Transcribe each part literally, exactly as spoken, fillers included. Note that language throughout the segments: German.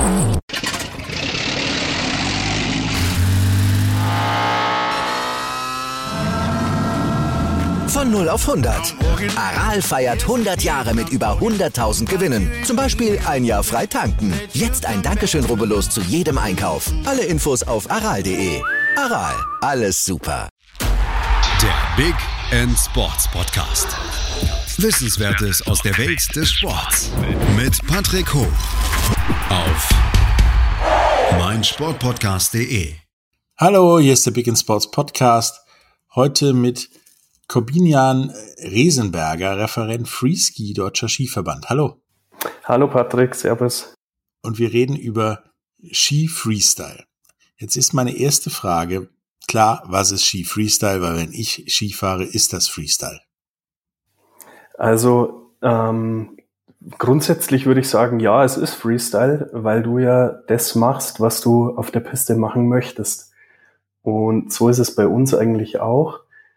Von null auf hundert. Aral feiert hundert Jahre mit über hunderttausend Gewinnen. Zum Beispiel ein Jahr frei tanken. Jetzt ein Dankeschön, rubbellos zu jedem Einkauf. Alle Infos auf aral punkt de. Aral, alles super. Der Big End Sports Podcast. Wissenswertes aus der Welt des Sports. Mit Patrick Hoch. Auf meinsportpodcast punkt de. Hallo, hier ist der Big End Sports Podcast. Heute mit Corbinian Resenberger, Referent Freeski, Deutscher Skiverband. Hallo. Hallo Patrick, servus. Und wir reden über Ski Freestyle. Jetzt ist meine erste Frage, klar, was ist Ski Freestyle? Weil wenn ich Ski fahre, ist das Freestyle. Also ähm, grundsätzlich würde ich sagen, ja, es ist Freestyle, weil du ja das machst, was du auf der Piste machen möchtest. Und so ist es bei uns eigentlich auch.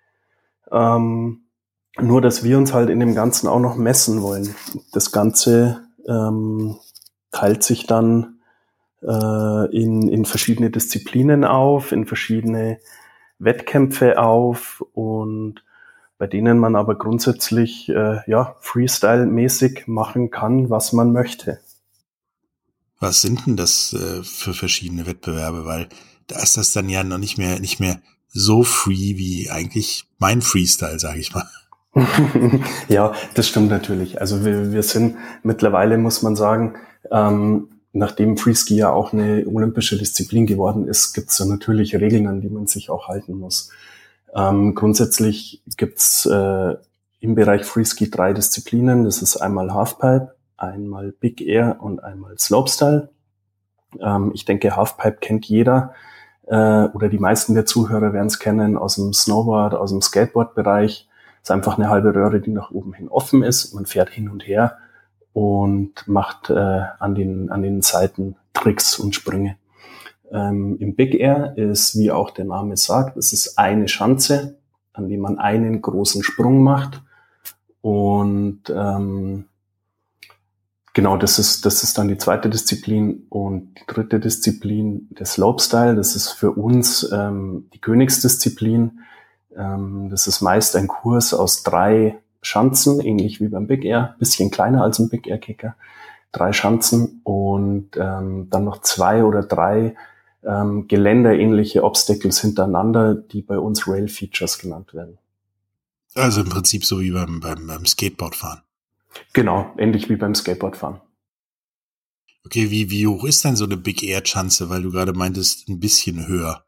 Ähm, nur, dass wir uns halt in dem Ganzen auch noch messen wollen. Das Ganze ähm, teilt sich dann äh, in, in verschiedene Disziplinen auf, in verschiedene Wettkämpfe auf und bei denen man aber grundsätzlich äh, ja Freestyle-mäßig machen kann, was man möchte. Was sind denn das äh, für verschiedene Wettbewerbe? Weil da ist das dann ja noch nicht mehr nicht mehr so free wie eigentlich mein Freestyle, sage ich mal. Ja, das stimmt natürlich. Also wir, wir sind mittlerweile, muss man sagen, ähm, nachdem Freeski ja auch eine olympische Disziplin geworden ist, gibt es da natürlich Regeln, an die man sich auch halten muss. Ähm, grundsätzlich gibt es äh, im Bereich Freeski drei Disziplinen. Das ist einmal Halfpipe, einmal Big Air und einmal Slopestyle. Ähm, ich denke, Halfpipe kennt jeder. Oder die meisten der Zuhörer werden es kennen aus dem Snowboard, aus dem Skateboard-Bereich. Es ist einfach eine halbe Röhre, die nach oben hin offen ist. Man fährt hin und her und macht äh, an den an den Seiten Tricks und Sprünge. Ähm, Im Big Air ist, wie auch der Name sagt, es ist eine Schanze, an der man einen großen Sprung macht. Und ähm, Genau, das ist, das ist dann die zweite Disziplin und die dritte Disziplin, der Slopestyle. Das ist für uns ähm, die Königsdisziplin. Ähm, das ist meist ein Kurs aus drei Schanzen, ähnlich wie beim Big Air, bisschen kleiner als ein Big Air Kicker. Drei Schanzen und ähm, dann noch zwei oder drei ähm, geländerähnliche Obstacles hintereinander, die bei uns Rail Features genannt werden. Also im Prinzip so wie beim, beim, beim Skateboardfahren. Genau, ähnlich wie beim Skateboardfahren. Okay, wie, wie hoch ist denn so eine Big Air Schanze? Weil du gerade meintest, ein bisschen höher.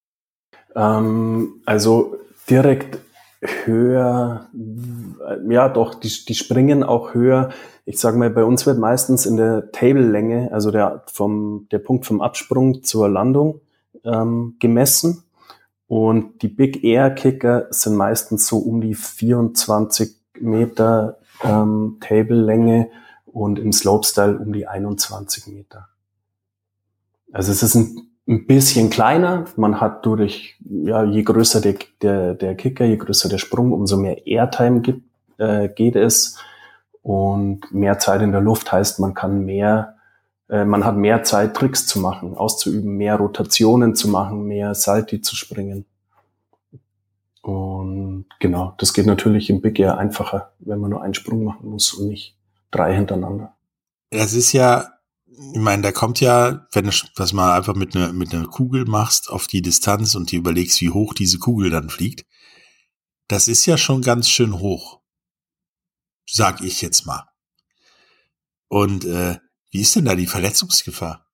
Ähm, also direkt höher, ja doch, die, die springen auch höher. Ich sage mal, bei uns wird meistens in der Table-Länge, also der, vom, der Punkt vom Absprung zur Landung ähm, gemessen. Und die Big Air Kicker sind meistens so um die vierundzwanzig Meter Ähm, Table-Länge und im Slopestyle um die einundzwanzig Meter. Also es ist ein, ein bisschen kleiner. Man hat durch, ja, je größer der, der, der Kicker, je größer der Sprung, umso mehr Airtime gibt, äh, geht es. Und mehr Zeit in der Luft heißt, man kann mehr, äh, man hat mehr Zeit, Tricks zu machen, auszuüben, mehr Rotationen zu machen, mehr Salti zu springen. Und genau, das geht natürlich im Big Air einfacher, wenn man nur einen Sprung machen muss und nicht drei hintereinander. Das ist ja, ich meine, da kommt ja, wenn du das mal einfach mit einer mit einer Kugel machst auf die Distanz und dir überlegst, wie hoch diese Kugel dann fliegt, das ist ja schon ganz schön hoch, sag ich jetzt mal. Und äh, wie ist denn da die Verletzungsgefahr?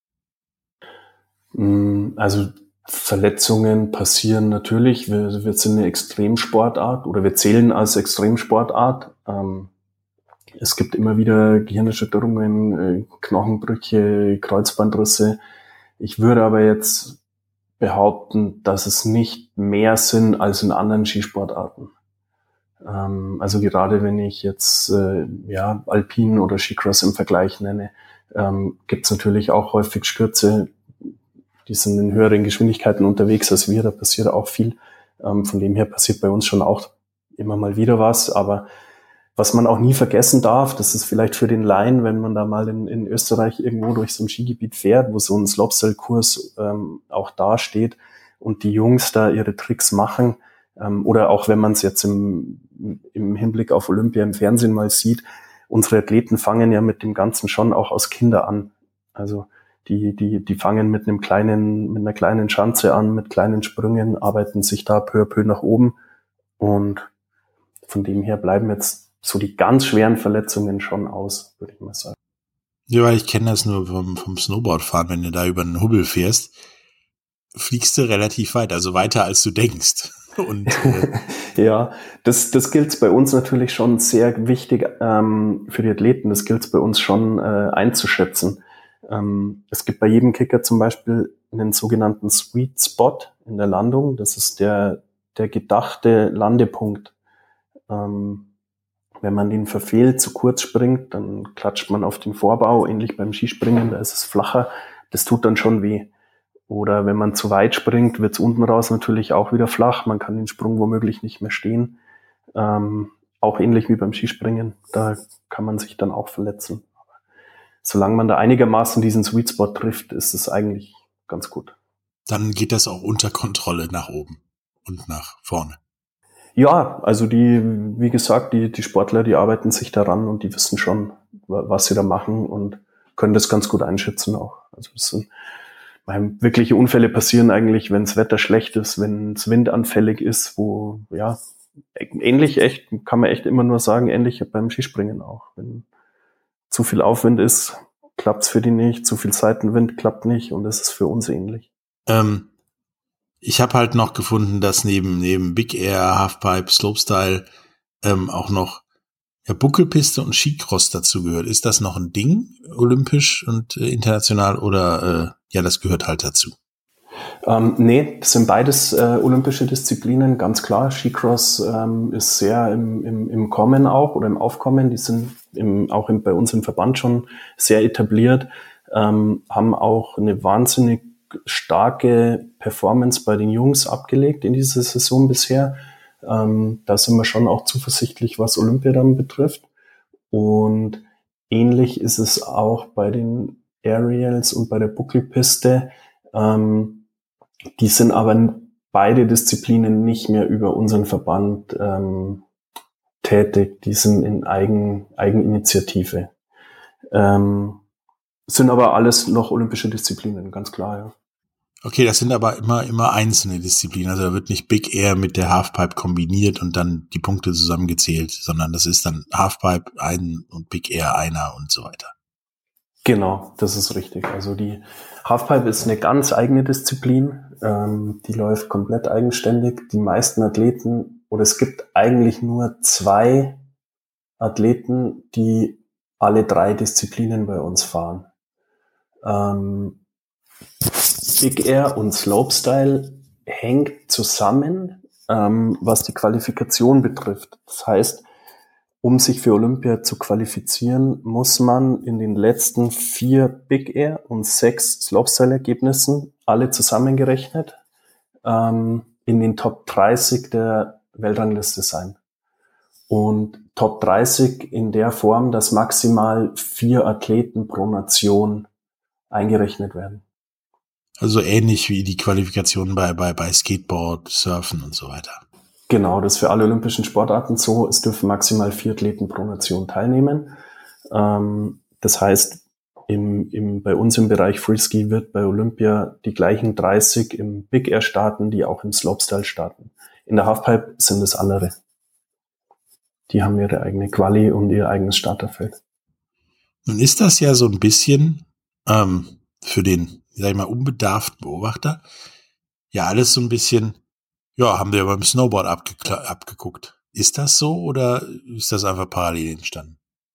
Also Verletzungen passieren natürlich. Wir, wir sind eine Extremsportart oder wir zählen als Extremsportart. Ähm, es gibt immer wieder Gehirnerschütterungen, äh, Knochenbrüche, Kreuzbandrisse. Ich würde aber jetzt behaupten, dass es nicht mehr sind als in anderen Skisportarten. Ähm, also gerade wenn ich jetzt äh, ja Alpin oder Skicross im Vergleich nenne, ähm, gibt es natürlich auch häufig Stürze. Die sind in höheren Geschwindigkeiten unterwegs als wir, da passiert auch viel. Ähm, von dem her passiert bei uns schon auch immer mal wieder was, aber was man auch nie vergessen darf, das ist vielleicht für den Laien, wenn man da mal in, in Österreich irgendwo durch so ein Skigebiet fährt, wo so ein Slopestyle-Kurs ähm, auch dasteht und die Jungs da ihre Tricks machen, ähm, oder auch wenn man es jetzt im, im Hinblick auf Olympia im Fernsehen mal sieht, unsere Athleten fangen ja mit dem Ganzen schon auch als Kinder an. Also die, die, die fangen mit einem kleinen, mit einer kleinen Schanze an, mit kleinen Sprüngen, arbeiten sich da peu à peu nach oben und von dem her bleiben jetzt so die ganz schweren Verletzungen schon aus, würde ich mal sagen. Ja, weil ich kenne das nur vom, vom Snowboardfahren. Wenn du da über einen Hubbel fährst, fliegst du relativ weit, also weiter als du denkst. Und, äh ja, das, das gilt bei uns natürlich schon sehr wichtig ähm, für die Athleten. Das gilt bei uns schon äh, einzuschätzen. Ähm, es gibt bei jedem Kicker zum Beispiel einen sogenannten Sweet Spot in der Landung. Das ist der, der gedachte Landepunkt. Ähm, Wenn man den verfehlt, zu kurz springt, dann klatscht man auf den Vorbau, ähnlich beim Skispringen, da ist es flacher. Das tut dann schon weh. Oder wenn man zu weit springt, wird es unten raus natürlich auch wieder flach. Man kann den Sprung womöglich nicht mehr stehen. Ähm, auch ähnlich wie beim Skispringen, da kann man sich dann auch verletzen. Aber solange man da einigermaßen diesen Sweet Spot trifft, ist es eigentlich ganz gut. Dann geht das auch unter Kontrolle nach oben und nach vorne. Ja, also die, wie gesagt, die, die Sportler, die arbeiten sich daran und die wissen schon, was sie da machen und können das ganz gut einschätzen auch. Also das sind, wirkliche Unfälle passieren eigentlich, wenn das Wetter schlecht ist, wenn es windanfällig ist, wo, ja, ähnlich echt, kann man echt immer nur sagen, ähnlich beim Skispringen auch. Wenn zu viel Aufwind ist, klappt's für die nicht, zu viel Seitenwind klappt nicht und das ist für uns ähnlich. Ähm. Ich habe halt noch gefunden, dass neben neben Big Air, Halfpipe, Slopestyle ähm, auch noch ja, Buckelpiste und Skicross dazu gehört. Ist das noch ein Ding, olympisch und äh, international, oder äh, ja, das gehört halt dazu? Ähm, nee, das sind beides äh, olympische Disziplinen, ganz klar. Skicross ähm, ist sehr im, im, im Kommen auch oder im Aufkommen. Die sind im, auch im, bei uns im Verband schon sehr etabliert, ähm, haben auch eine wahnsinnig starke Performance bei den Jungs abgelegt in dieser Saison bisher. Ähm, da sind wir schon auch zuversichtlich, was Olympia dann betrifft. Und ähnlich ist es auch bei den Aerials und bei der Buckelpiste. Ähm, die sind aber beide Disziplinen nicht mehr über unseren Verband ähm, tätig. Die sind in Eigen, Eigeninitiative. Ähm, sind aber alles noch olympische Disziplinen, ganz klar, ja. Okay, das sind aber immer immer einzelne Disziplinen. Also da wird nicht Big Air mit der Halfpipe kombiniert und dann die Punkte zusammengezählt, sondern das ist dann Halfpipe ein und Big Air einer und so weiter. Genau, das ist richtig. Also die Halfpipe ist eine ganz eigene Disziplin. Ähm, die läuft komplett eigenständig. Die meisten Athleten, oder es gibt eigentlich nur zwei Athleten, die alle drei Disziplinen bei uns fahren. Ähm, Big Air und Slopestyle hängt zusammen, ähm, was die Qualifikation betrifft. Das heißt, um sich für Olympia zu qualifizieren, muss man in den letzten vier Big Air und sechs Slopestyle-Ergebnissen, alle zusammengerechnet, ähm, in den Top dreißig der Weltrangliste sein. Und Top dreißig in der Form, dass maximal vier Athleten pro Nation eingerechnet werden. Also ähnlich wie die Qualifikationen bei, bei, bei Skateboard, Surfen und so weiter. Genau, das ist für alle olympischen Sportarten so. Es dürfen maximal vier Athleten pro Nation teilnehmen. Ähm, das heißt, im, im, bei uns im Bereich Freeski wird bei Olympia die gleichen dreißig im Big Air starten, die auch im Slopestyle starten. In der Halfpipe sind es andere. Die haben ihre eigene Quali und ihr eigenes Starterfeld. Nun ist das ja so ein bisschen ähm, für den, sag ich mal, unbedarften Beobachter ja alles so ein bisschen, ja, haben wir beim Snowboard abgekla- abgeguckt. Ist das so oder ist das einfach parallel entstanden?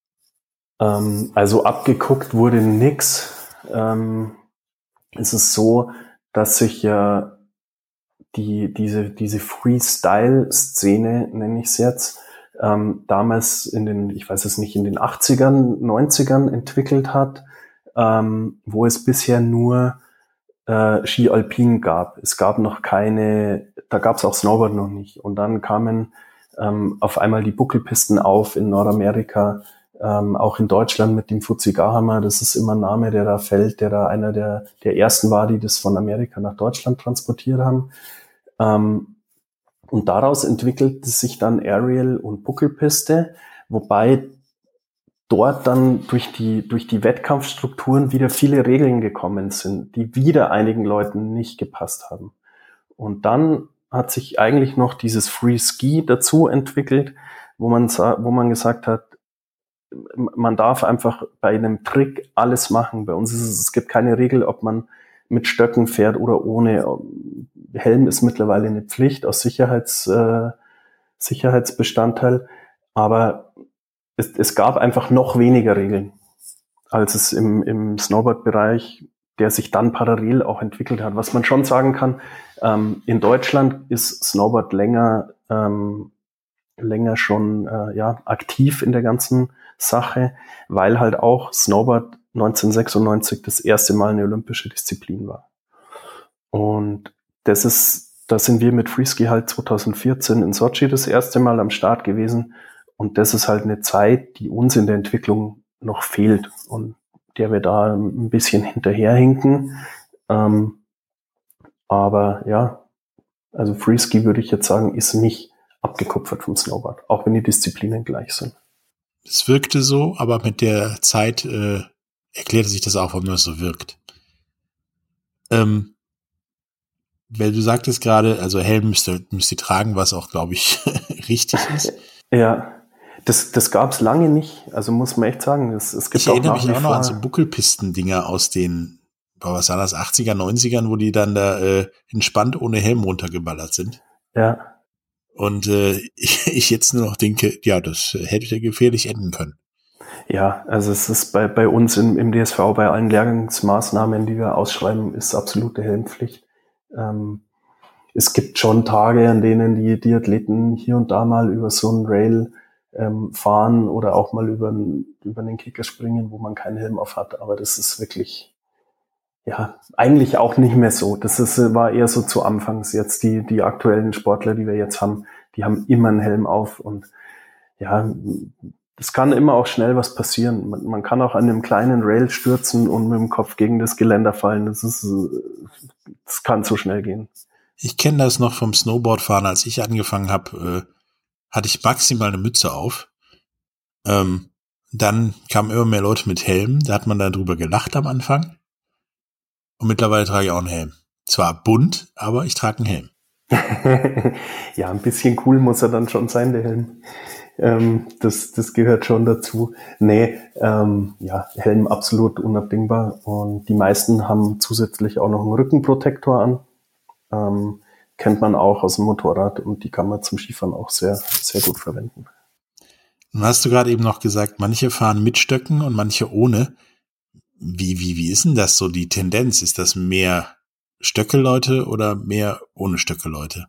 Ähm, also abgeguckt wurde nix. Ähm, es ist so, dass sich ja die, diese, diese Freestyle-Szene, nenne ich es jetzt, ähm, damals in den, ich weiß es nicht, in den achtzigern, neunzigern entwickelt hat, ähm, wo es bisher nur äh, Ski Alpin gab. Es gab noch keine, da gab es auch Snowboard noch nicht. Und dann kamen ähm, auf einmal die Buckelpisten auf in Nordamerika, ähm, auch in Deutschland mit dem Futsigahama. Das ist immer ein Name, der da fällt, der da einer der, der ersten war, die das von Amerika nach Deutschland transportiert haben. Ähm, und daraus entwickelte sich dann Aerial und Buckelpiste, wobei dort dann durch die, durch die Wettkampfstrukturen wieder viele Regeln gekommen sind, die wieder einigen Leuten nicht gepasst haben. Und dann hat sich eigentlich noch dieses Free Ski dazu entwickelt, wo man, wo man gesagt hat, man darf einfach bei einem Trick alles machen. Bei uns ist es, es gibt keine Regel, ob man mit Stöcken fährt oder ohne. Helm ist mittlerweile eine Pflicht aus Sicherheits, äh, Sicherheitsbestandteil, aber Es, es gab einfach noch weniger Regeln, als es im, im Snowboard-Bereich, der sich dann parallel auch entwickelt hat. Was man schon sagen kann, ähm, in Deutschland ist Snowboard länger, ähm, länger schon äh, ja, aktiv in der ganzen Sache, weil halt auch Snowboard neunzehnhundertsechsundneunzig das erste Mal eine olympische Disziplin war. Und das ist, da sind wir mit Freeski halt zweitausendvierzehn in Sochi das erste Mal am Start gewesen. Und das ist halt eine Zeit, die uns in der Entwicklung noch fehlt und der wir da ein bisschen hinterherhinken. Ähm, aber ja, also Freeski würde ich jetzt sagen, ist nicht abgekupfert vom Snowboard, auch wenn die Disziplinen gleich sind. Es wirkte so, aber mit der Zeit äh, erklärte sich das auch, warum das so wirkt. Ähm, weil du sagtest gerade, also Helm müsst ihr, müsst ihr tragen, was auch, glaube ich, richtig ist. Ja. Das, das gab es lange nicht, also muss man echt sagen. Es, es gibt ich auch erinnere mich auch noch vor. an so Buckelpisten-Dinger aus den, was war das, achtziger, neunzigern, wo die dann da äh, entspannt ohne Helm runtergeballert sind. Ja. Und äh, ich, ich jetzt nur noch denke, ja, das hätte gefährlich enden können. Ja, also es ist bei, bei uns im, im D S V, bei allen Lehrgangsmaßnahmen, die wir ausschreiben, ist absolute Helmpflicht. Ähm, es gibt schon Tage, an denen die, die Athleten hier und da mal über so ein Rail Ähm, fahren oder auch mal über, über den Kicker springen, wo man keinen Helm auf hat. Aber das ist wirklich, ja, eigentlich auch nicht mehr so. Das ist, war eher so zu Anfangs. Jetzt die, die aktuellen Sportler, die wir jetzt haben, die haben immer einen Helm auf und ja, es kann immer auch schnell was passieren. Man, man kann auch an einem kleinen Rail stürzen und mit dem Kopf gegen das Geländer fallen. Das ist, das kann so schnell gehen. Ich kenne das noch vom Snowboardfahren, als ich angefangen habe, äh, hatte ich maximal eine Mütze auf. Ähm, dann kamen immer mehr Leute mit Helmen. Da hat man dann drüber gelacht am Anfang. Und mittlerweile trage ich auch einen Helm. Zwar bunt, aber ich trage einen Helm. Ja, ein bisschen cool muss er dann schon sein, der Helm. Ähm, das, das gehört schon dazu. Nee, ähm, ja, Helm absolut unabdingbar. Und die meisten haben zusätzlich auch noch einen Rückenprotektor an. Ähm, kennt man auch aus dem Motorrad und die kann man zum Skifahren auch sehr, sehr gut verwenden. Nun hast du gerade eben noch gesagt, manche fahren mit Stöcken und manche ohne. Wie, wie, wie ist denn das so die Tendenz? Ist das mehr Stöcke-Leute oder mehr ohne Stöcke-Leute?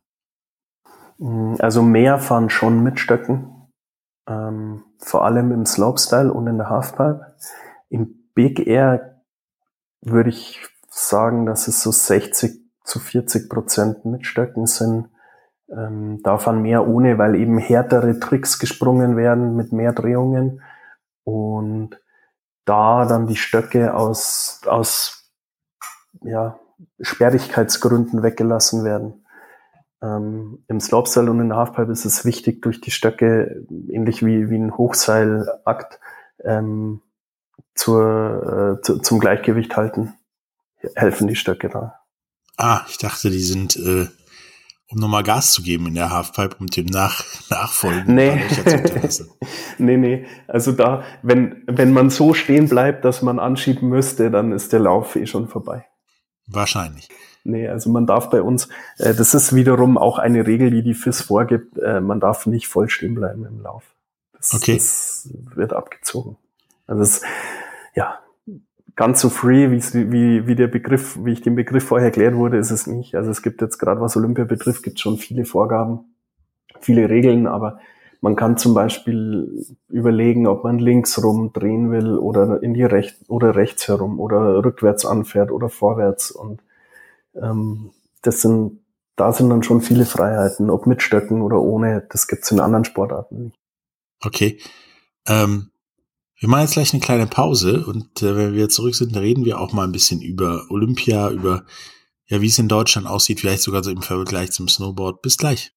Also mehr fahren schon mit Stöcken, ähm, vor allem im Slopestyle und in der Halfpipe. Im Big Air würde ich sagen, dass es so sechzig zu vierzig Prozent mit Stöcken sind. Ähm, da fahren mehr ohne, weil eben härtere Tricks gesprungen werden mit mehr Drehungen und da dann die Stöcke aus, aus ja, Sperrigkeitsgründen weggelassen werden. Ähm, Im Slopestyle und in der Halfpipe ist es wichtig, durch die Stöcke, ähnlich wie, wie ein Hochseilakt, ähm, zur, äh, zu, zum Gleichgewicht halten, helfen die Stöcke da. Ah, ich dachte, die sind, äh, um nochmal Gas zu geben in der Halfpipe, um dem Nach Nachfolgen nee. zu hinterlassen. nee, nee. Also da, wenn, wenn man so stehen bleibt, dass man anschieben müsste, dann ist der Lauf eh schon vorbei. Wahrscheinlich. Nee, also man darf bei uns, äh, das ist wiederum auch eine Regel, die die F I S vorgibt, äh, man darf nicht voll stehen bleiben im Lauf. Das, okay. Das wird abgezogen. Also es, ja, ganz so free, wie, wie der Begriff, wie ich den Begriff vorher erklärt wurde, ist es nicht. Also es gibt jetzt gerade, was Olympia betrifft, gibt es schon viele Vorgaben, viele Regeln, aber man kann zum Beispiel überlegen, ob man links rum drehen will oder in die rechts oder rechts herum oder rückwärts anfährt oder vorwärts. Und ähm, das sind da sind dann schon viele Freiheiten, ob mit Stöcken oder ohne, das gibt's in anderen Sportarten nicht. Okay. Ähm, wir machen jetzt gleich eine kleine Pause und äh, wenn wir zurück sind, reden wir auch mal ein bisschen über Olympia, über ja, wie es in Deutschland aussieht, vielleicht sogar so im Vergleich zum Snowboard. Bis gleich.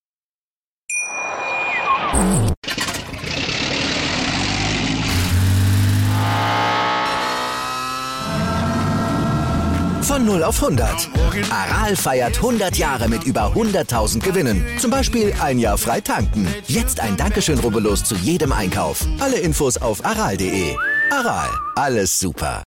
Von null auf hundert. Aral feiert hundert Jahre mit über hunderttausend Gewinnen. Zum Beispiel ein Jahr frei tanken. Jetzt ein Dankeschön, rubbellos zu jedem Einkauf. Alle Infos auf aral punkt de. Aral, alles super.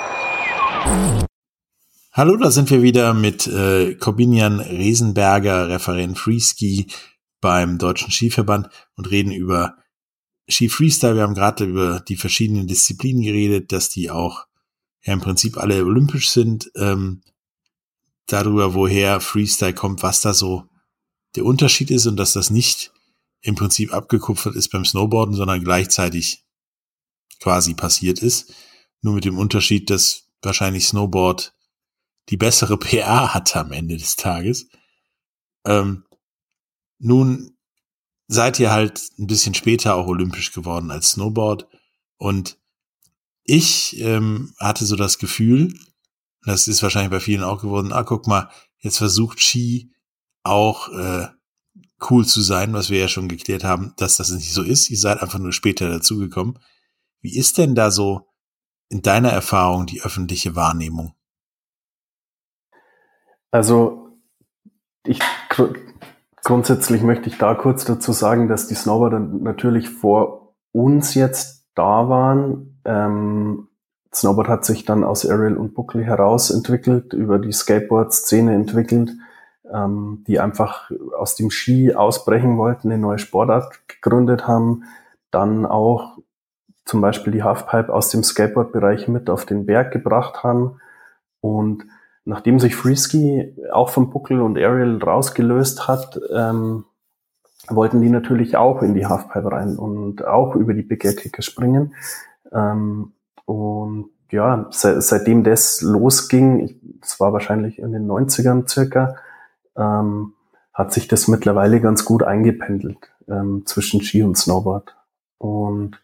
Hallo, da sind wir wieder mit äh, Corbinian Resenberger, Referent Freeski beim Deutschen Skiverband und reden über Ski Freestyle. Wir haben gerade über die verschiedenen Disziplinen geredet, dass die auch ja im Prinzip alle olympisch sind, ähm, darüber, woher Freestyle kommt, was da so der Unterschied ist und dass das nicht im Prinzip abgekupfert ist beim Snowboarden, sondern gleichzeitig quasi passiert ist. Nur mit dem Unterschied, dass wahrscheinlich Snowboard die bessere P R hat am Ende des Tages. Ähm, nun seid ihr halt ein bisschen später auch olympisch geworden als Snowboard und ich ähm, hatte so das Gefühl, das ist wahrscheinlich bei vielen auch geworden, ah, guck mal, jetzt versucht Ski auch äh, cool zu sein, was wir ja schon geklärt haben, dass das nicht so ist. Ihr seid einfach nur später dazugekommen. Wie ist denn da so in deiner Erfahrung die öffentliche Wahrnehmung? Also ich gr- grundsätzlich möchte ich da kurz dazu sagen, dass die Snowboarder natürlich vor uns jetzt da waren. Ähm, Snowboard hat sich dann aus Aerial und Buckel heraus entwickelt, über die Skateboard-Szene entwickelt, ähm, die einfach aus dem Ski ausbrechen wollten, eine neue Sportart gegründet haben, dann auch zum Beispiel die Halfpipe aus dem Skateboard-Bereich mit auf den Berg gebracht haben. Und nachdem sich Freeski auch vom Buckel und Aerial rausgelöst hat, ähm, wollten die natürlich auch in die Halfpipe rein und auch über die Big Air Kicker springen. Ähm, und ja, se- seitdem das losging, es war wahrscheinlich in den neunzigern circa, ähm, hat sich das mittlerweile ganz gut eingependelt ähm, zwischen Ski und Snowboard. Und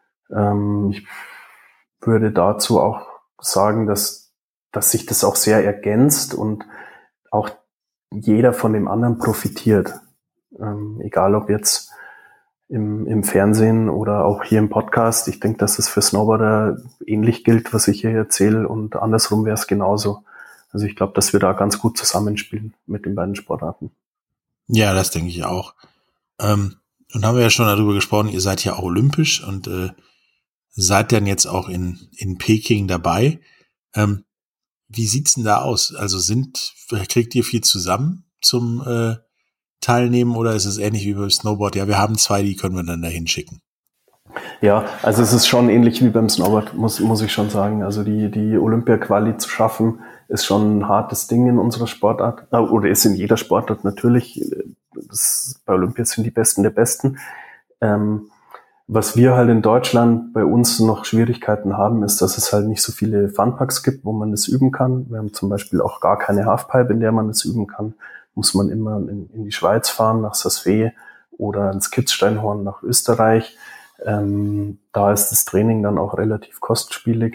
ähm, ich würde dazu auch sagen, dass, dass sich das auch sehr ergänzt und auch jeder von dem anderen profitiert. Ähm, egal ob jetzt im, im Fernsehen oder auch hier im Podcast. Ich denke, dass es für Snowboarder ähnlich gilt, was ich hier erzähle, und andersrum wäre es genauso. Also ich glaube, dass wir da ganz gut zusammenspielen mit den beiden Sportarten. Ja, das denke ich auch. Ähm, und haben wir ja schon darüber gesprochen, ihr seid ja auch olympisch und äh, seid dann jetzt auch in, in Peking dabei. Ähm, wie sieht's denn da aus? Also sind, kriegt ihr viel zusammen zum äh, Teilnehmen oder ist es ähnlich wie beim Snowboard? Ja, wir haben zwei, die können wir dann dahin schicken. Ja, also es ist schon ähnlich wie beim Snowboard, muss, muss ich schon sagen. Also die, die Olympia-Quali zu schaffen, ist schon ein hartes Ding in unserer Sportart. Oder ist in jeder Sportart natürlich. Das, bei Olympia sind die Besten der Besten. Ähm, was wir halt in Deutschland bei uns noch Schwierigkeiten haben, ist, dass es halt nicht so viele Funpacks gibt, wo man das üben kann. Wir haben zum Beispiel auch gar keine Halfpipe, in der man das üben kann. Muss man immer in, in die Schweiz fahren, nach Saas-Fee oder ins Kitzsteinhorn nach Österreich. Ähm, da ist das Training dann auch relativ kostspielig.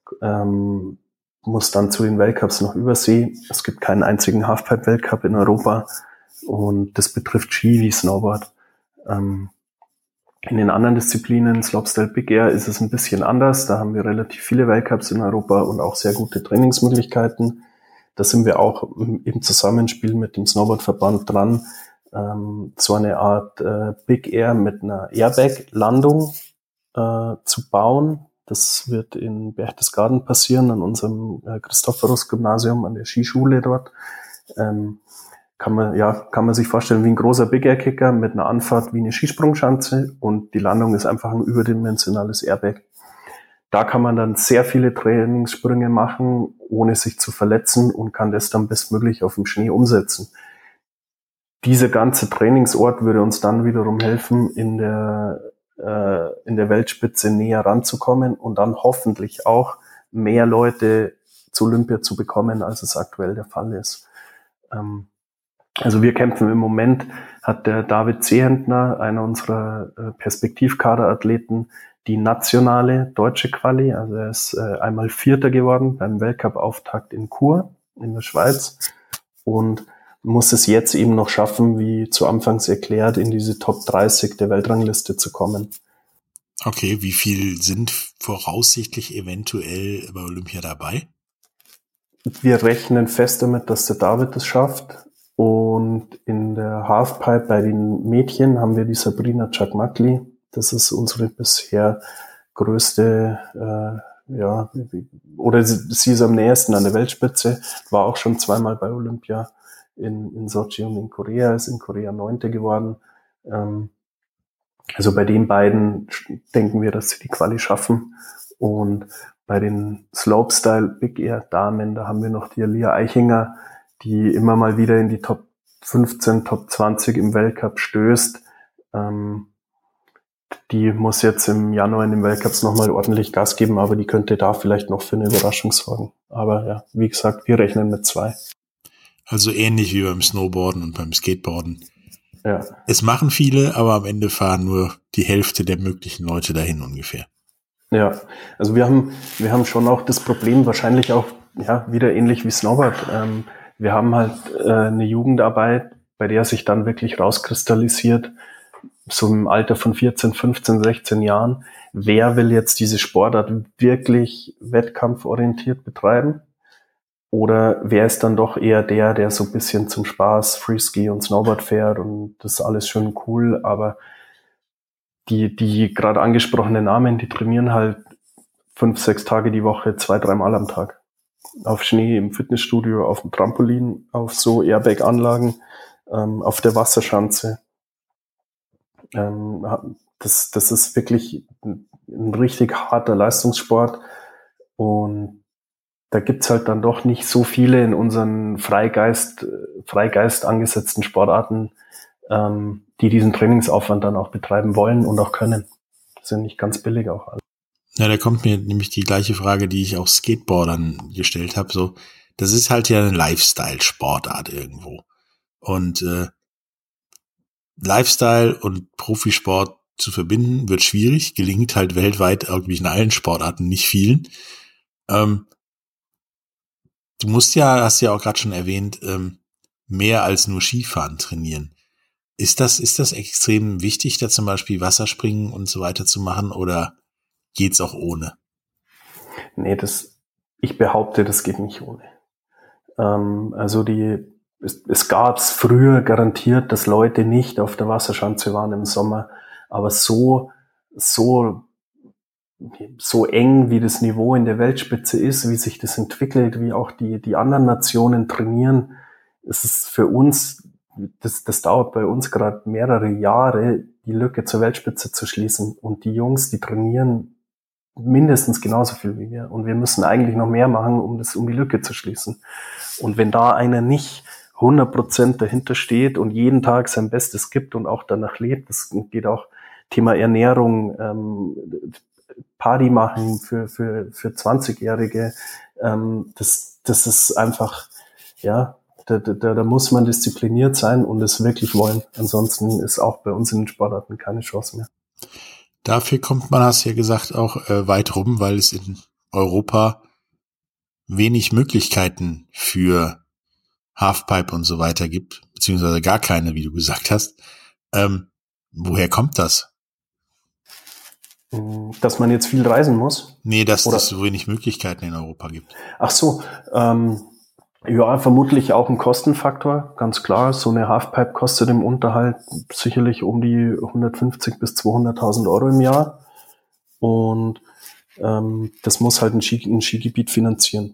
Ähm, muss dann zu den Weltcups noch übersee. Es gibt keinen einzigen Halfpipe-Weltcup in Europa und das betrifft Ski wie Snowboard. Ähm, in den anderen Disziplinen, Slopestyle, Big Air, ist es ein bisschen anders. Da haben wir relativ viele Weltcups in Europa und auch sehr gute Trainingsmöglichkeiten. Da sind wir auch im Zusammenspiel mit dem Snowboardverband dran, ähm, so eine Art äh, Big Air mit einer Airbag-Landung äh, zu bauen. Das wird in Berchtesgaden passieren, an unserem äh, Christophorus-Gymnasium, an der Skischule dort. Ähm, kann man, ja, kann man sich vorstellen wie ein großer Big Air Kicker mit einer Anfahrt wie eine Skisprungschanze, und die Landung ist einfach ein überdimensionales Airbag. Da kann man dann sehr viele Trainingssprünge machen, ohne sich zu verletzen, und kann das dann bestmöglich auf dem Schnee umsetzen. Dieser ganze Trainingsort würde uns dann wiederum helfen, in der, äh, in der Weltspitze näher ranzukommen und dann hoffentlich auch mehr Leute zu Olympia zu bekommen, als es aktuell der Fall ist. Ähm, Also wir kämpfen im Moment, hat der David Zehentner, einer unserer äh, Perspektivkaderathleten, die nationale deutsche Quali. Also er ist äh, einmal Vierter geworden beim Weltcup-Auftakt in Chur in der Schweiz und muss es jetzt eben noch schaffen, wie zu Anfangs erklärt, in diese Top dreißig der Weltrangliste zu kommen. Okay, wie viel sind voraussichtlich eventuell bei Olympia dabei? Wir rechnen fest damit, dass der David es schafft. Und in der Halfpipe bei den Mädchen haben wir die Sabrina Chakmakli. Das ist unsere bisher größte, äh, ja, oder sie, sie ist am nächsten an der Weltspitze, war auch schon zweimal bei Olympia in, in Sochi und in Korea, ist in Korea Neunte geworden. Ähm, also bei den beiden denken wir, dass sie die Quali schaffen. Und bei den Slopestyle Big Air Damen, da haben wir noch die Alia Eichinger, die immer mal wieder in die Top fünfzehn, Top zwanzig im Weltcup stößt. Ähm, die muss jetzt im Januar in den Weltcups nochmal ordentlich Gas geben, aber die könnte da vielleicht noch für eine Überraschung sorgen. Aber ja, wie gesagt, wir rechnen mit zwei. Also ähnlich wie beim Snowboarden und beim Skateboarden. Ja. Es machen viele, aber am Ende fahren nur die Hälfte der möglichen Leute dahin ungefähr. Ja, also wir haben wir haben schon auch das Problem, wahrscheinlich auch ja wieder ähnlich wie Snowboard. Ähm, wir haben halt äh, eine Jugendarbeit, bei der sich dann wirklich rauskristallisiert, so im Alter von vierzehn, fünfzehn, sechzehn Jahren, wer will jetzt diese Sportart wirklich wettkampforientiert betreiben? Oder wer ist dann doch eher der, der so ein bisschen zum Spaß Freeski und Snowboard fährt und das ist alles schön cool, aber die, die gerade angesprochenen Namen, die trainieren halt fünf, sechs Tage die Woche, zwei, dreimal am Tag. Auf Schnee, im Fitnessstudio, auf dem Trampolin, auf so Airbag-Anlagen, ähm, auf der Wasserschanze. Ähm, das, das ist wirklich ein, ein richtig harter Leistungssport und da gibt's halt dann doch nicht so viele in unseren Freigeist, Freigeist angesetzten Sportarten, ähm, die diesen Trainingsaufwand dann auch betreiben wollen und auch können. Das sind nicht ganz billig auch alle. Ja, da kommt mir nämlich die gleiche Frage, die ich auch Skateboardern gestellt habe. So, das ist halt ja eine Lifestyle-Sportart irgendwo. Und äh, Lifestyle und Profisport zu verbinden, wird schwierig, gelingt halt weltweit irgendwie in allen Sportarten, nicht vielen. Ähm, du musst ja, hast ja auch gerade schon erwähnt, ähm, mehr als nur Skifahren trainieren. Ist das, ist das extrem wichtig, da zum Beispiel Wasserspringen und so weiter zu machen, oder geht's auch ohne? Nee, das, ich behaupte, das geht nicht ohne. Ähm, also die, es, es gab's früher garantiert, dass Leute nicht auf der Wasserschanze waren im Sommer, aber so, so, so eng wie das Niveau in der Weltspitze ist, wie sich das entwickelt, wie auch die, die anderen Nationen trainieren, ist es für uns, das, das dauert bei uns gerade mehrere Jahre, die Lücke zur Weltspitze zu schließen. Und die Jungs, die trainieren mindestens genauso viel wie wir. Und wir müssen eigentlich noch mehr machen, um das, um die Lücke zu schließen. Und wenn da einer nicht hundert Prozent dahinter steht und jeden Tag sein Bestes gibt und auch danach lebt, das geht auch Thema Ernährung, ähm, Party machen für, für, für zwanzigjährige, ähm, das, das ist einfach, ja, Da, da, da muss man diszipliniert sein und es wirklich wollen. Ansonsten ist auch bei uns in den Sportarten keine Chance mehr. Dafür kommt man, hast du ja gesagt, auch äh, weit rum, weil es in Europa wenig Möglichkeiten für Halfpipe und so weiter gibt, beziehungsweise gar keine, wie du gesagt hast. Ähm, woher kommt das? Dass man jetzt viel reisen muss? Nee, dass Oder? es so wenig Möglichkeiten in Europa gibt. Ach so, ähm, ja, vermutlich auch ein Kostenfaktor, ganz klar. So eine Halfpipe kostet im Unterhalt sicherlich um die hundertfünfzig bis zweihunderttausend Euro im Jahr. Und ähm, das muss halt ein, Ski, ein Skigebiet finanzieren.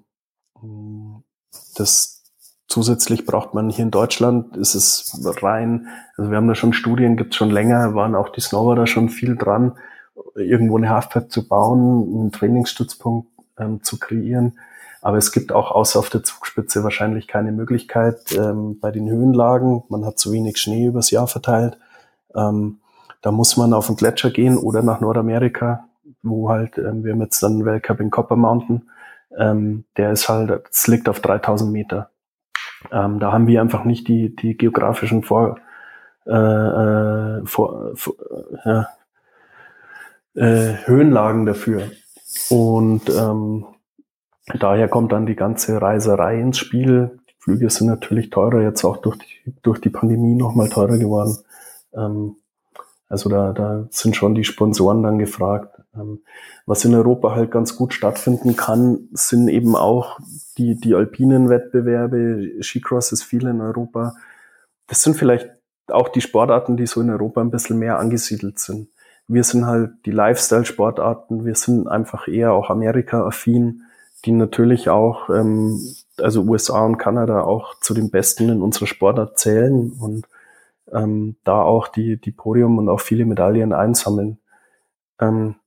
Das zusätzlich braucht man hier in Deutschland, ist es rein, also wir haben da schon Studien, gibt's schon länger, waren auch die Snowboarder schon viel dran, irgendwo eine Halfpipe zu bauen, einen Trainingsstützpunkt ähm, zu kreieren. Aber es gibt auch außer auf der Zugspitze wahrscheinlich keine Möglichkeit ähm, bei den Höhenlagen. Man hat zu wenig Schnee übers Jahr verteilt. Ähm, da muss man auf den Gletscher gehen oder nach Nordamerika, wo halt, ähm, wir haben jetzt dann einen Weltcup in Copper Mountain. Ähm, der ist halt, das liegt auf dreitausend Meter. Ähm, da haben wir einfach nicht die, die geografischen Vor, äh, vor, vor ja, äh, Höhenlagen dafür. Und ähm, daher kommt dann die ganze Reiserei ins Spiel. Die Flüge sind natürlich teurer, jetzt auch durch die, durch die Pandemie nochmal teurer geworden. Ähm, also da, da sind schon die Sponsoren dann gefragt. Ähm, was in Europa halt ganz gut stattfinden kann, sind eben auch die, die alpinen Wettbewerbe. Skicross ist viel in Europa. Das sind vielleicht auch die Sportarten, die so in Europa ein bisschen mehr angesiedelt sind. Wir sind halt die Lifestyle-Sportarten. Wir sind einfach eher auch Amerika-affin, die natürlich auch, ähm, also U S A und Kanada auch zu den Besten in unserer Sportart zählen und ähm, da auch die, die Podium und auch viele Medaillen einsammeln. Ähm,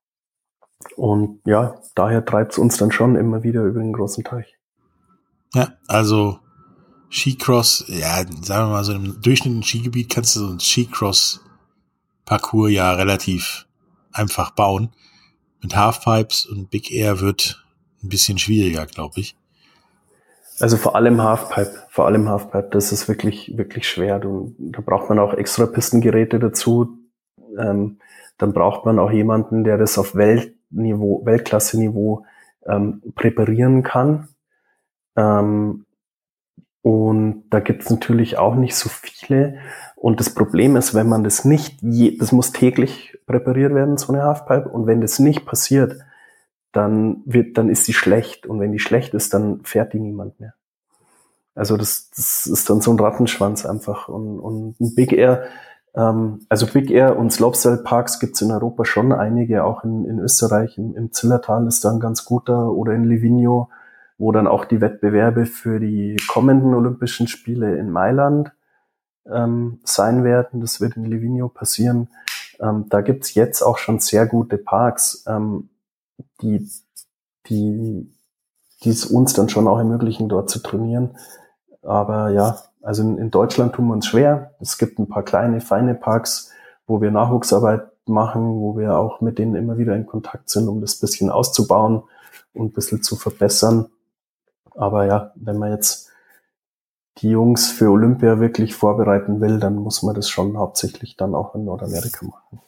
und ja, daher treibt es uns dann schon immer wieder über den großen Teich. Ja, also Skicross, ja, sagen wir mal, so im durchschnittlichen Skigebiet kannst du so ein Skicross-Parcours ja relativ einfach bauen. Mit Halfpipes und Big Air wird ein bisschen schwieriger, glaube ich. Also vor allem Halfpipe, vor allem Halfpipe, das ist wirklich, wirklich schwer. Du, da braucht man auch extra Pistengeräte dazu. Ähm, dann braucht man auch jemanden, der das auf Weltniveau, Weltklasse-Niveau ähm, präparieren kann. Ähm, und da gibt es natürlich auch nicht so viele. Und das Problem ist, wenn man das nicht, je, das muss täglich präpariert werden, so eine Halfpipe. Und wenn das nicht passiert, dann wird, dann ist die schlecht. Und wenn die schlecht ist, dann fährt die niemand mehr. Also das, das ist dann so ein Rattenschwanz einfach. Und, und ein Big Air, ähm, also Big Air und Slopestyle-Parks gibt's in Europa schon einige, auch in, in Österreich, im, im Zillertal ist da ein ganz guter, oder in Livigno, wo dann auch die Wettbewerbe für die kommenden Olympischen Spiele in Mailand ähm, sein werden. Das wird in Livigno passieren. Ähm, da gibt's jetzt auch schon sehr gute Parks, ähm, die, die, die es uns dann schon auch ermöglichen, dort zu trainieren. Aber ja, also in, in Deutschland tun wir uns schwer. Es gibt ein paar kleine, feine Parks, wo wir Nachwuchsarbeit machen, wo wir auch mit denen immer wieder in Kontakt sind, um das bisschen auszubauen und ein bisschen zu verbessern. Aber ja, wenn man jetzt die Jungs für Olympia wirklich vorbereiten will, dann muss man das schon hauptsächlich dann auch in Nordamerika machen.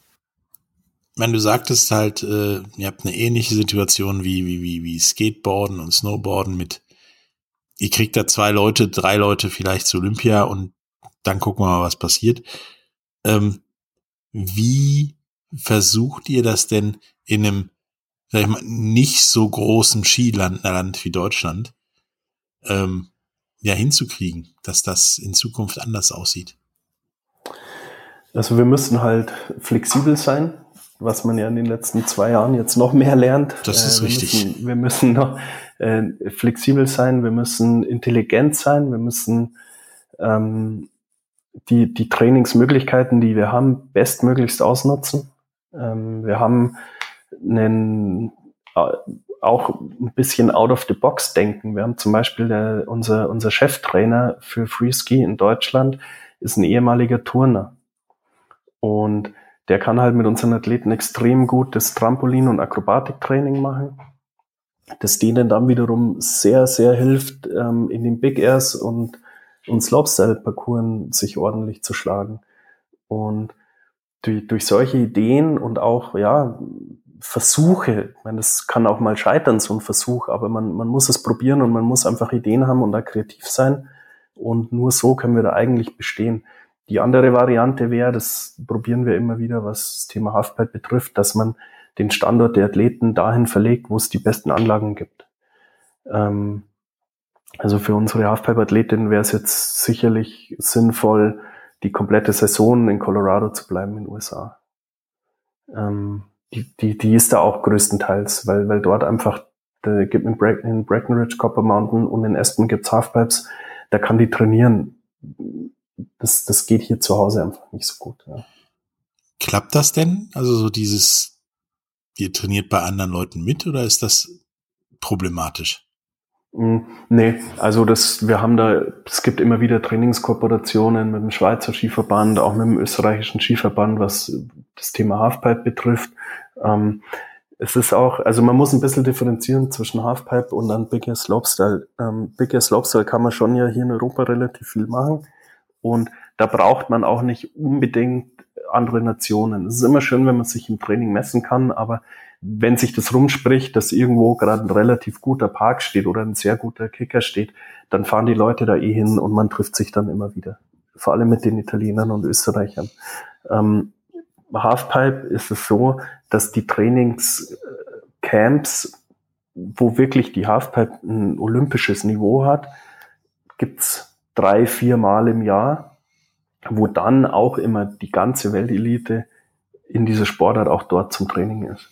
Ich meine, du sagtest halt, äh, ihr habt eine ähnliche Situation wie, wie, wie, wie Skateboarden und Snowboarden mit, ihr kriegt da zwei Leute, drei Leute vielleicht zu Olympia und dann gucken wir mal, was passiert. Ähm, wie versucht ihr das denn in einem, sag ich mal, nicht so großen Skiland Land wie Deutschland, ähm, ja, hinzukriegen, dass das in Zukunft anders aussieht? Also wir müssen halt flexibel sein, was man ja in den letzten zwei Jahren jetzt noch mehr lernt. Das ist äh, wir richtig. Müssen, wir müssen noch äh, flexibel sein, wir müssen intelligent sein, wir müssen ähm, die, die Trainingsmöglichkeiten, die wir haben, bestmöglichst ausnutzen. Ähm, wir haben einen, äh, auch ein bisschen out of the box denken. Wir haben zum Beispiel der, unser, unser Cheftrainer für Freeski in Deutschland ist ein ehemaliger Turner. Und der kann halt mit unseren Athleten extrem gut das Trampolin- und Akrobatiktraining machen, das denen dann wiederum sehr, sehr hilft, ähm, in den Big Airs und, und Slopestyle-Parcours sich ordentlich zu schlagen. Und durch, durch solche Ideen und auch, ja, Versuche, ich meine, das kann auch mal scheitern, so ein Versuch, aber man, man muss es probieren und man muss einfach Ideen haben und da kreativ sein. Und nur so können wir da eigentlich bestehen. Die andere Variante wäre, das probieren wir immer wieder, was das Thema Halfpipe betrifft, dass man den Standort der Athleten dahin verlegt, wo es die besten Anlagen gibt. Ähm, also für unsere Halfpipe-Athletinnen wäre es jetzt sicherlich sinnvoll, die komplette Saison in Colorado zu bleiben in den U S A. Ähm, die, die, die ist da auch größtenteils, weil, weil dort einfach, da gibt in, Bre- in Breckenridge, Copper Mountain und in Aspen gibt's Halfpipes, da kann die trainieren. Das, das geht hier zu Hause einfach nicht so gut. Ja. Klappt das denn? Also so dieses, ihr trainiert bei anderen Leuten mit oder ist das problematisch? Nee, also das, wir haben da, es gibt immer wieder Trainingskooperationen mit dem Schweizer Skiverband, auch mit dem österreichischen Skiverband, was das Thema Halfpipe betrifft. Ähm, es ist auch, also man muss ein bisschen differenzieren zwischen Halfpipe und dann Big Air Slopestyle. Ähm, Big Air Slopestyle kann man schon ja hier in Europa relativ viel machen und da braucht man auch nicht unbedingt andere Nationen. Es ist immer schön, wenn man sich im Training messen kann, aber wenn sich das rumspricht, dass irgendwo gerade ein relativ guter Park steht oder ein sehr guter Kicker steht, dann fahren die Leute da eh hin und man trifft sich dann immer wieder. Vor allem mit den Italienern und Österreichern. Ähm, Halfpipe ist es so, dass die Trainingscamps, wo wirklich die Halfpipe ein olympisches Niveau hat, gibt's drei, vier Mal im Jahr, wo dann auch immer die ganze Weltelite in dieser Sportart auch dort zum Training ist.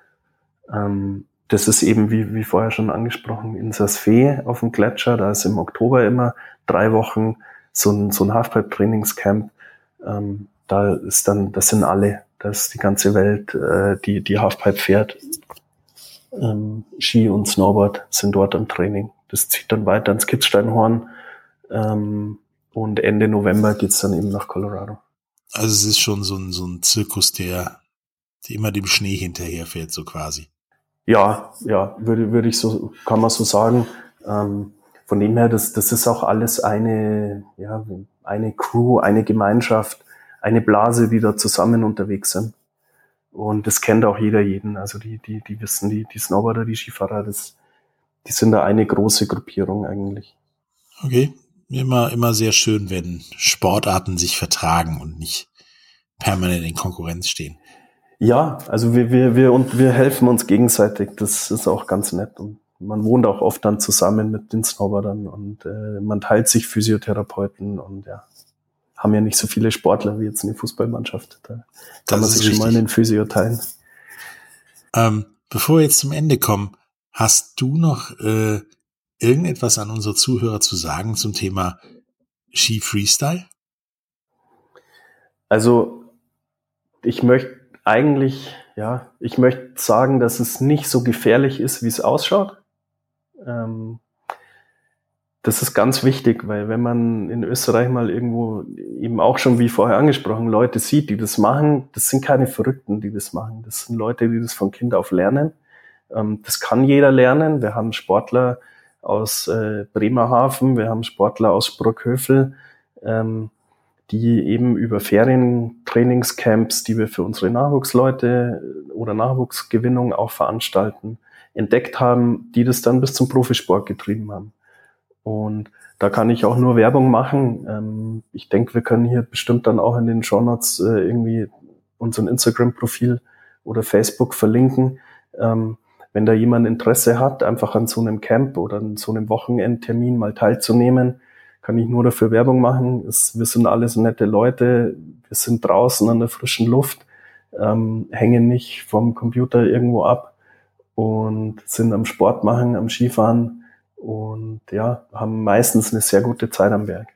Ähm, das ist eben, wie, wie vorher schon angesprochen, in Saas-Fee auf dem Gletscher, da ist im Oktober immer drei Wochen so ein, so ein Halfpipe-Trainingscamp. Ähm, da ist dann, das sind alle, da ist die ganze Welt, äh, die, die Halfpipe fährt. Ähm, Ski und Snowboard sind dort am Training. Das zieht dann weiter ins Kitzsteinhorn, ähm, und Ende November geht's dann eben nach Colorado. Also es ist schon so ein, so ein Zirkus, der, der immer dem Schnee hinterherfährt, so quasi. Ja, ja, würde, würde ich so, kann man so sagen. Ähm, von dem her, das, das ist auch alles eine, ja, eine Crew, eine Gemeinschaft, eine Blase, die da zusammen unterwegs sind. Und das kennt auch jeder jeden. Also die, die, die wissen, die, die Snowboarder, die Skifahrer, das, die sind da eine große Gruppierung eigentlich. Okay. Immer, immer sehr schön, wenn Sportarten sich vertragen und nicht permanent in Konkurrenz stehen. Ja, also wir, wir, wir, und wir helfen uns gegenseitig. Das ist auch ganz nett. Und man wohnt auch oft dann zusammen mit den Snowboardern und äh, man teilt sich Physiotherapeuten und ja, haben ja nicht so viele Sportler wie jetzt eine Fußballmannschaft. Da kann man sich schon mal einen Physio teilen. Ähm, bevor wir jetzt zum Ende kommen, hast du noch äh, irgendetwas an unsere Zuhörer zu sagen zum Thema Ski Freestyle? Also ich möchte eigentlich, ja, ich möchte sagen, dass es nicht so gefährlich ist, wie es ausschaut. Ähm, das ist ganz wichtig, weil wenn man in Österreich mal irgendwo eben auch schon, wie vorher angesprochen, Leute sieht, die das machen, das sind keine Verrückten, die das machen. Das sind Leute, die das von Kind auf lernen. Ähm, das kann jeder lernen. Wir haben Sportler aus äh, Bremerhaven, wir haben Sportler aus Sprockhövel, ähm, die eben über Ferientrainingscamps, die wir für unsere Nachwuchsleute oder Nachwuchsgewinnung auch veranstalten, entdeckt haben, die das dann bis zum Profisport getrieben haben. Und da kann ich auch nur Werbung machen. Ähm, ich denke, wir können hier bestimmt dann auch in den Shownotes äh, irgendwie unseren Instagram-Profil oder Facebook verlinken. Ähm, Wenn da jemand Interesse hat, einfach an so einem Camp oder an so einem Wochenendtermin mal teilzunehmen, kann ich nur dafür Werbung machen. Es, wir sind alles nette Leute, wir sind draußen an der frischen Luft, ähm, hängen nicht vom Computer irgendwo ab und sind am Sport machen, am Skifahren und ja, haben meistens eine sehr gute Zeit am Berg.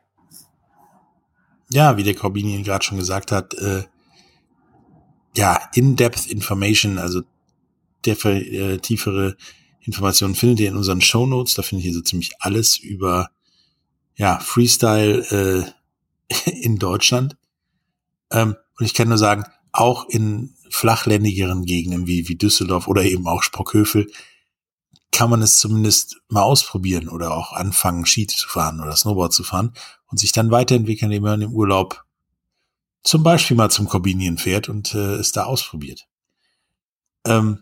Ja, wie der Corbinian gerade schon gesagt hat, äh, ja, In-Depth Information, also der äh, tiefere Informationen findet ihr in unseren Shownotes. Da findet ihr so ziemlich alles über ja Freestyle äh, in Deutschland. Ähm, und ich kann nur sagen, auch in flachländigeren Gegenden wie wie Düsseldorf oder eben auch Sprockhövel kann man es zumindest mal ausprobieren oder auch anfangen, Ski zu fahren oder Snowboard zu fahren und sich dann weiterentwickeln, indem man im Urlaub zum Beispiel mal zum Corbinian fährt und äh, es da ausprobiert. Ähm,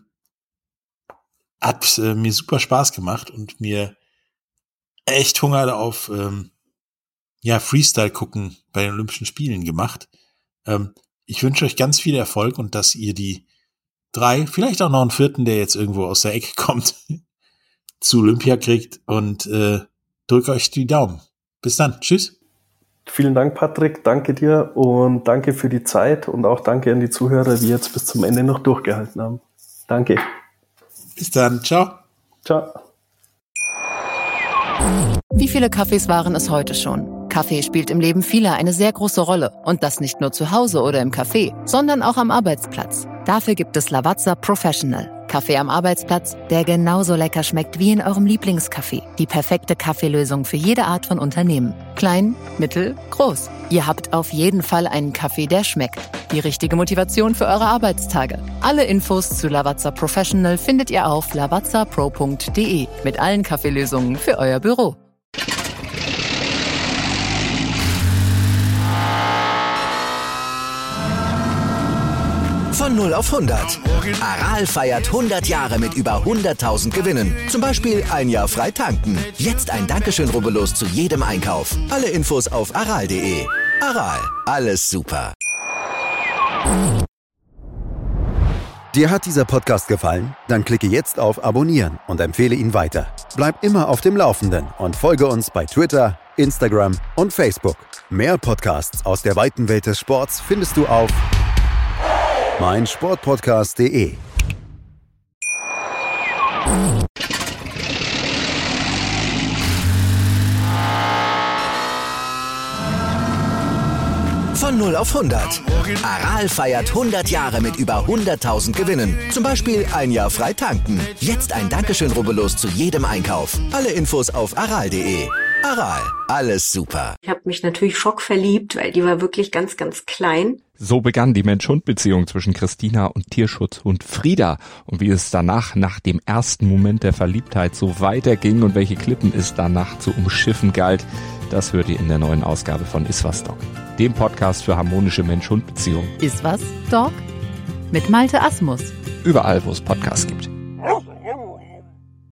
Hat äh, mir super Spaß gemacht und mir echt Hunger auf ähm, ja Freestyle gucken bei den Olympischen Spielen gemacht. Ähm, ich wünsche euch ganz viel Erfolg und dass ihr die drei, vielleicht auch noch einen vierten, der jetzt irgendwo aus der Ecke kommt, zu Olympia kriegt und äh, drückt euch die Daumen. Bis dann. Tschüss. Vielen Dank, Patrick. Danke dir und danke für die Zeit und auch danke an die Zuhörer, die jetzt bis zum Ende noch durchgehalten haben. Danke. Bis dann. Ciao. Ciao. Wie viele Kaffees waren es heute schon? Kaffee spielt im Leben vieler eine sehr große Rolle. Und das nicht nur zu Hause oder im Café, sondern auch am Arbeitsplatz. Dafür gibt es Lavazza Professional. Kaffee am Arbeitsplatz, der genauso lecker schmeckt wie in eurem Lieblingscafé. Die perfekte Kaffeelösung für jede Art von Unternehmen. Klein, mittel, groß. Ihr habt auf jeden Fall einen Kaffee, der schmeckt. Die richtige Motivation für eure Arbeitstage. Alle Infos zu Lavazza Professional findet ihr auf lavazza pro punkt de mit allen Kaffeelösungen für euer Büro. Von null auf hundert. Aral feiert hundert Jahre mit über hunderttausend Gewinnen. Zum Beispiel ein Jahr frei tanken. Jetzt ein Dankeschön, rubbellos zu jedem Einkauf. Alle Infos auf aral punkt de. Aral, alles super. Dir hat dieser Podcast gefallen? Dann klicke jetzt auf Abonnieren und empfehle ihn weiter. Bleib immer auf dem Laufenden und folge uns bei Twitter, Instagram und Facebook. Mehr Podcasts aus der weiten Welt des Sports findest du auf mein Sportpodcast punkt de. Von null auf hundert. Aral feiert hundert Jahre mit über hunderttausend Gewinnen. Zum Beispiel ein Jahr frei tanken. Jetzt ein Dankeschön, rubbellos zu jedem Einkauf. Alle Infos auf aral punkt de. Aral, alles super. Ich habe mich natürlich schockverliebt, weil die war wirklich ganz, ganz klein. So begann die Mensch-Hund-Beziehung zwischen Christina und Tierschutzhund Frieda. Und wie es danach, nach dem ersten Moment der Verliebtheit, so weiterging und welche Klippen es danach zu umschiffen galt, das hört ihr in der neuen Ausgabe von Iswas Dog, dem Podcast für harmonische Mensch-Hund-Beziehungen. Iswas Dog? Mit Malte Asmus. Überall, wo es Podcasts gibt.